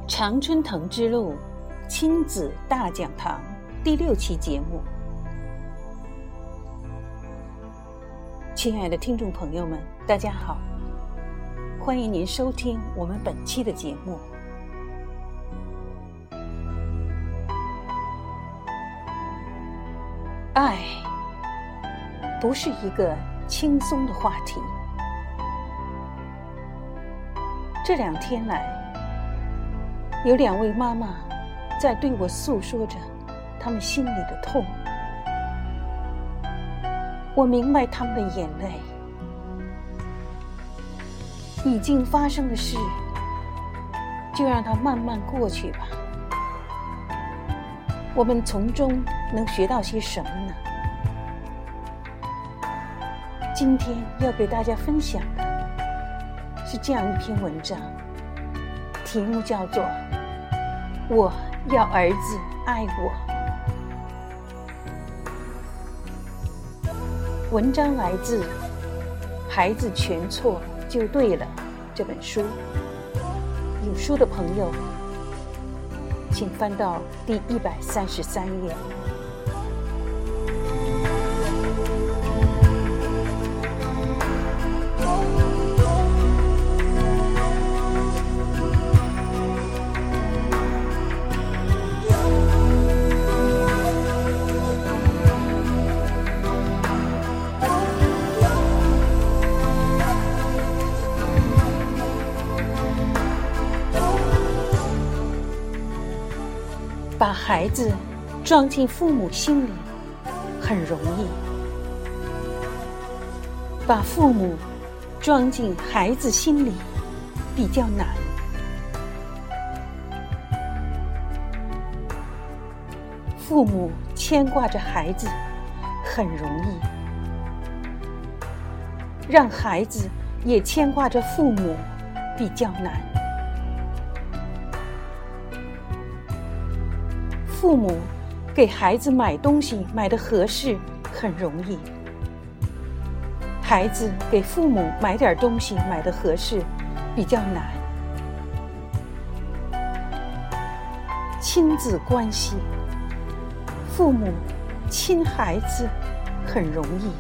常春藤之路亲子大讲堂第6期节目。亲爱的听众朋友们，大家好，欢迎您收听我们本期的节目。爱不是一个轻松的话题。这2天来，有2位妈妈在对我诉说着她们心里的痛。我明白她们的眼泪。已经发生的事，就让它慢慢过去吧。我们从中能学到些什么呢？今天要给大家分享的是这样一篇文章，题目叫做我要儿子爱我。文章来自《孩子全错就对了》这本书。有书的朋友请翻到第133页。把孩子装进父母心里很容易，把父母装进孩子心里比较难。父母牵挂着孩子很容易，让孩子也牵挂着父母比较难。父母给孩子买东西买得合适很容易，孩子给父母买点东西买得合适比较难。亲子关系，父母亲孩子很容易，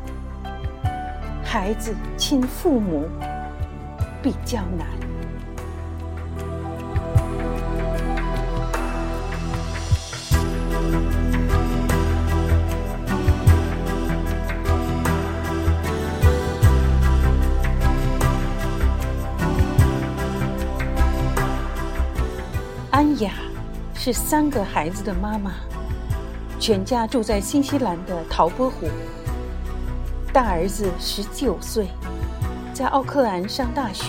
孩子亲父母比较难。安雅是3个孩子的妈妈，全家住在新西兰的陶波湖。大儿子19岁，在奥克兰上大学。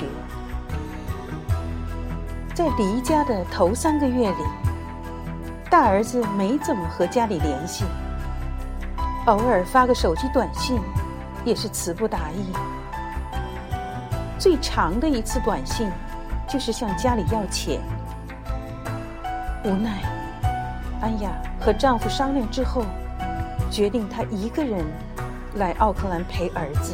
在离家的头3个月里，大儿子没怎么和家里联系，偶尔发个手机短信，也是词不达意。最长的一次短信，就是向家里要钱。无奈，安雅和丈夫商量之后，决定她一个人来奥克兰陪儿子。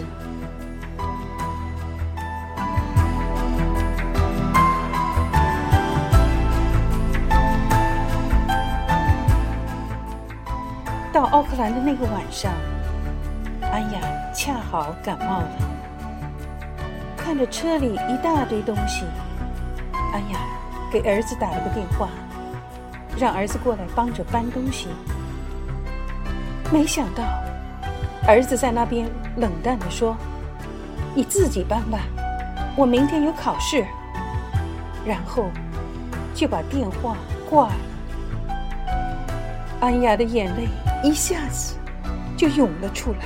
到奥克兰的那个晚上，安雅恰好感冒了。看着车里一大堆东西，安雅给儿子打了个电话，让儿子过来帮着搬东西。没想到儿子在那边冷淡地说，你自己搬吧，我明天有考试。然后就把电话挂了。安雅的眼泪一下子就涌了出来。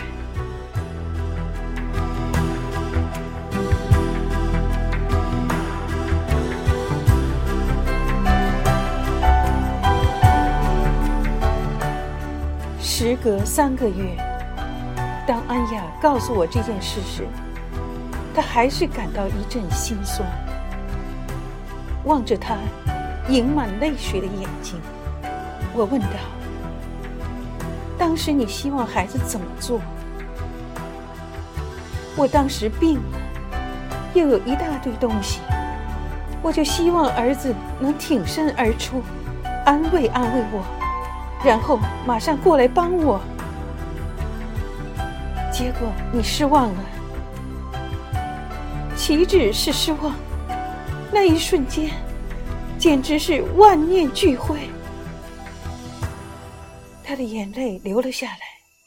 时隔3个月，当安雅告诉我这件事时，她还是感到一阵心酸。望着她盈满泪水的眼睛，我问道，当时你希望孩子怎么做？我当时病了，又有一大堆东西， 我就希望儿子能挺身而出，安慰安慰我，然后马上过来帮我。结果你失望了，岂止是失望，那一瞬间简直是万念俱灰。他的眼泪流了下来。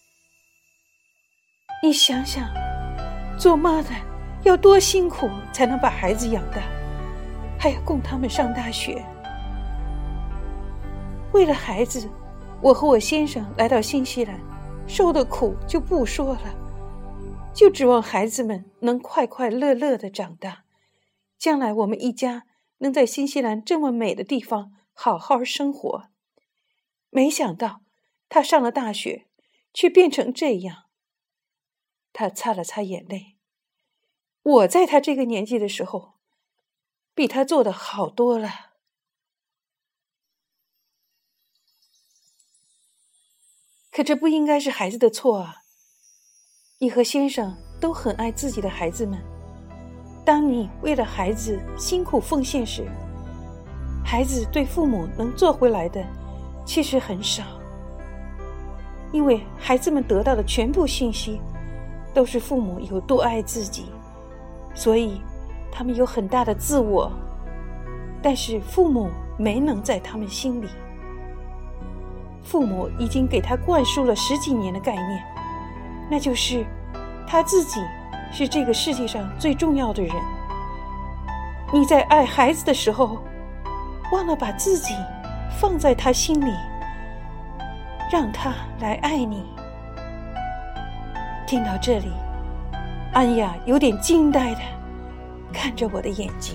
你想想，做妈的要多辛苦才能把孩子养大，还要供他们上大学。为了孩子，我和我先生来到新西兰，受的苦就不说了，就指望孩子们能快快乐乐地长大，将来我们一家能在新西兰这么美的地方好好生活。没想到他上了大学，却变成这样。他擦了擦眼泪。我在他这个年纪的时候，比他做的好多了。可这不应该是孩子的错啊！你和先生都很爱自己的孩子们，当你为了孩子辛苦奉献时，孩子对父母能做回来的其实很少，因为孩子们得到的全部信息都是父母有多爱自己，所以他们有很大的自我，但是父母没能在他们心里。父母已经给他灌输了10几年的概念，那就是他自己是这个世界上最重要的人。你在爱孩子的时候，忘了把自己放在他心里，让他来爱你。听到这里，安雅有点惊呆的看着我的眼睛。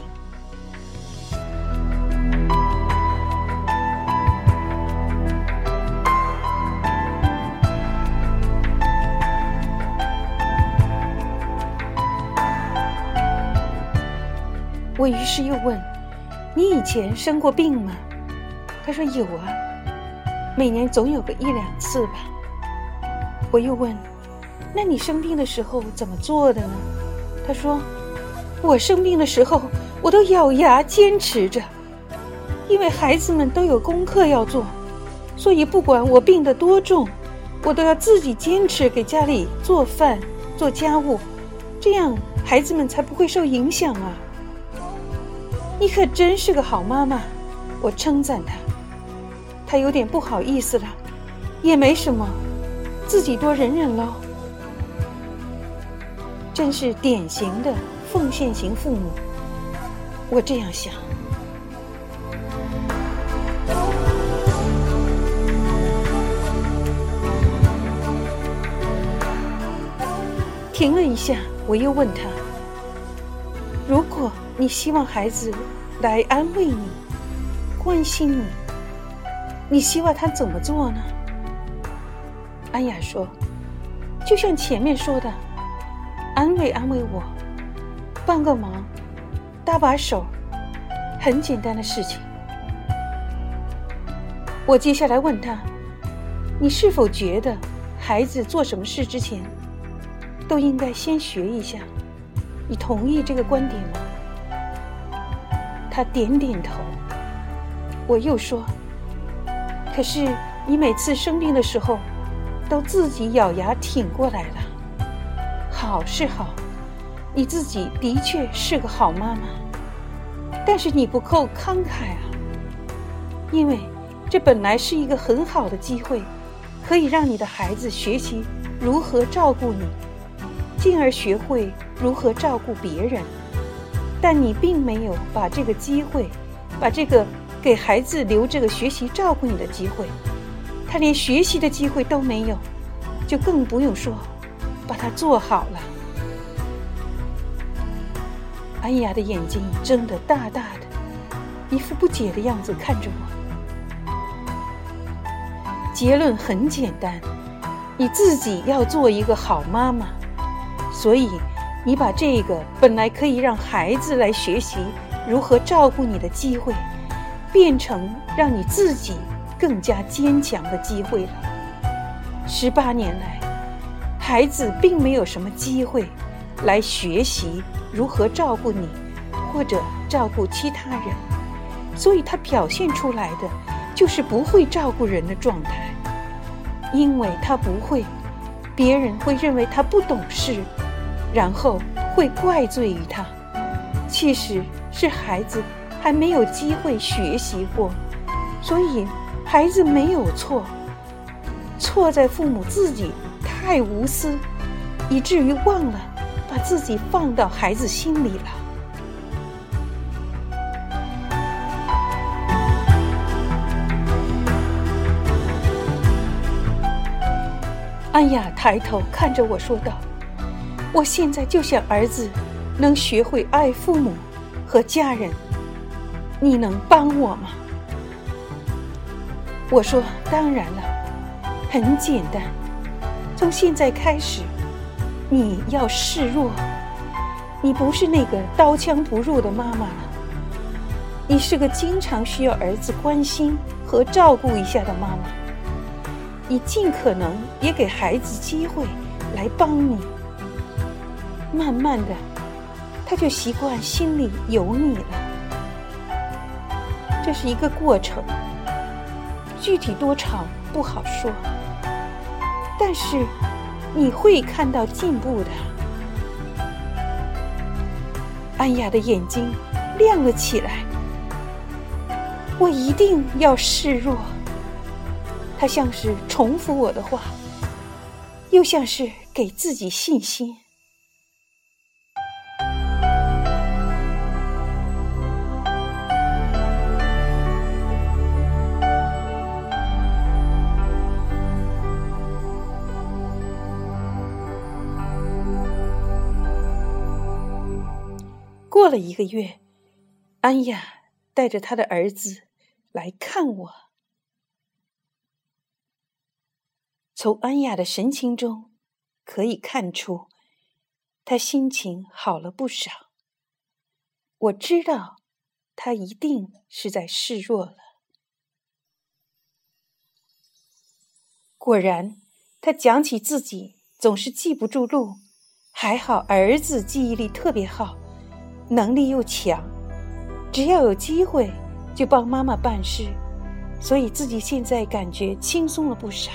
我于是又问，你以前生过病吗？他说有啊，每年总有个1、2次吧。我又问，那你生病的时候怎么做的呢？他说，我生病的时候我都咬牙坚持着，因为孩子们都有功课要做，所以不管我病得多重，我都要自己坚持给家里做饭做家务，这样孩子们才不会受影响啊。你可真是个好妈妈，我称赞她。她有点不好意思了，也没什么，自己多忍忍咯。真是典型的奉献型父母，我这样想。停了一下，我又问他，如果你希望孩子来安慰你关心你，你希望他怎么做呢？安雅说，就像前面说的，安慰安慰我，帮个忙，搭把手，很简单的事情。我接下来问他，你是否觉得孩子做什么事之前都应该先学一下？你同意这个观点吗？他点点头。我又说，可是你每次生病的时候都自己咬牙挺过来了。好是好，你自己的确是个好妈妈，但是你不够慷慨啊，因为这本来是一个很好的机会，可以让你的孩子学习如何照顾你，进而学会如何照顾别人。但你并没有把这个机会，把这个给孩子留这个学习照顾你的机会，他连学习的机会都没有，就更不用说把它做好了。安雅的眼睛睁得大大的，一副不解的样子看着我。结论很简单，你自己要做一个好妈妈，所以你把这个本来可以让孩子来学习如何照顾你的机会，变成让你自己更加坚强的机会了。18年来，孩子并没有什么机会来学习如何照顾你，或者照顾其他人，所以他表现出来的就是不会照顾人的状态。因为他不会，别人会认为他不懂事，然后会怪罪于他。其实是孩子还没有机会学习过，所以孩子没有错，错在父母自己太无私，以至于忘了把自己放到孩子心里了。安雅抬头看着我说道：“我现在就想儿子能学会爱父母和家人，你能帮我吗？”我说：“当然了，很简单，从现在开始，你要示弱，你不是那个刀枪不入的妈妈了，你是个经常需要儿子关心和照顾一下的妈妈。你尽可能也给孩子机会来帮你，慢慢的，他就习惯心里有你了。这是一个过程，具体多长不好说，但是你会看到进步的。”安雅的眼睛亮了起来，我一定要示弱。他像是重复我的话，又像是给自己信心。过了1个月，安雅带着她的儿子来看我。从安雅的神情中可以看出，她心情好了不少。我知道她一定是在示弱了。果然，她讲起自己总是记不住路，还好儿子记忆力特别好，能力又强，只要有机会就帮妈妈办事，所以自己现在感觉轻松了不少。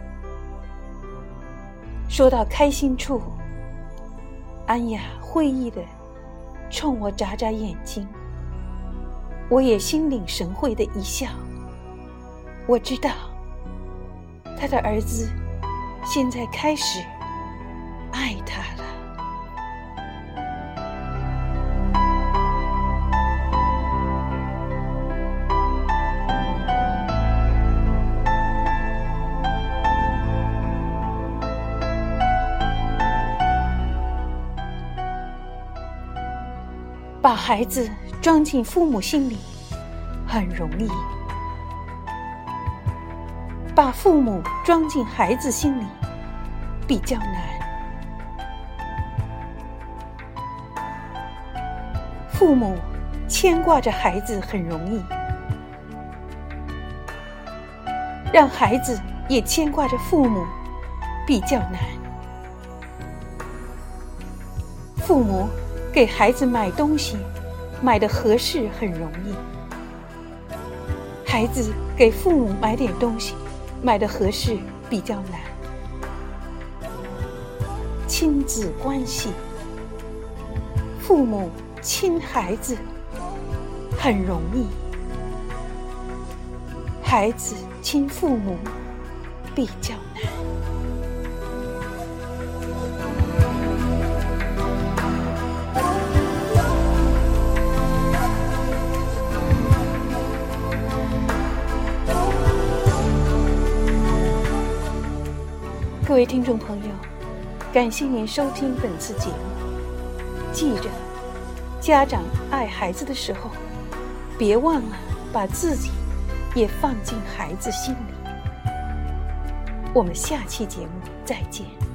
说到开心处，安雅会意地冲我眨眨眼睛，我也心领神会地一笑。我知道他的儿子现在开始爱他了。把孩子装进父母心里很容易，把父母装进孩子心里比较难。父母牵挂着孩子很容易，让孩子也牵挂着父母比较难。父母给孩子买东西买得合适很容易，孩子给父母买点东西买得合适比较难。亲子关系，父母亲孩子很容易，孩子亲父母比较难。各位听众朋友，感谢您收听本次节目。记着，家长爱孩子的时候，别忘了把自己也放进孩子心里。我们下期节目再见。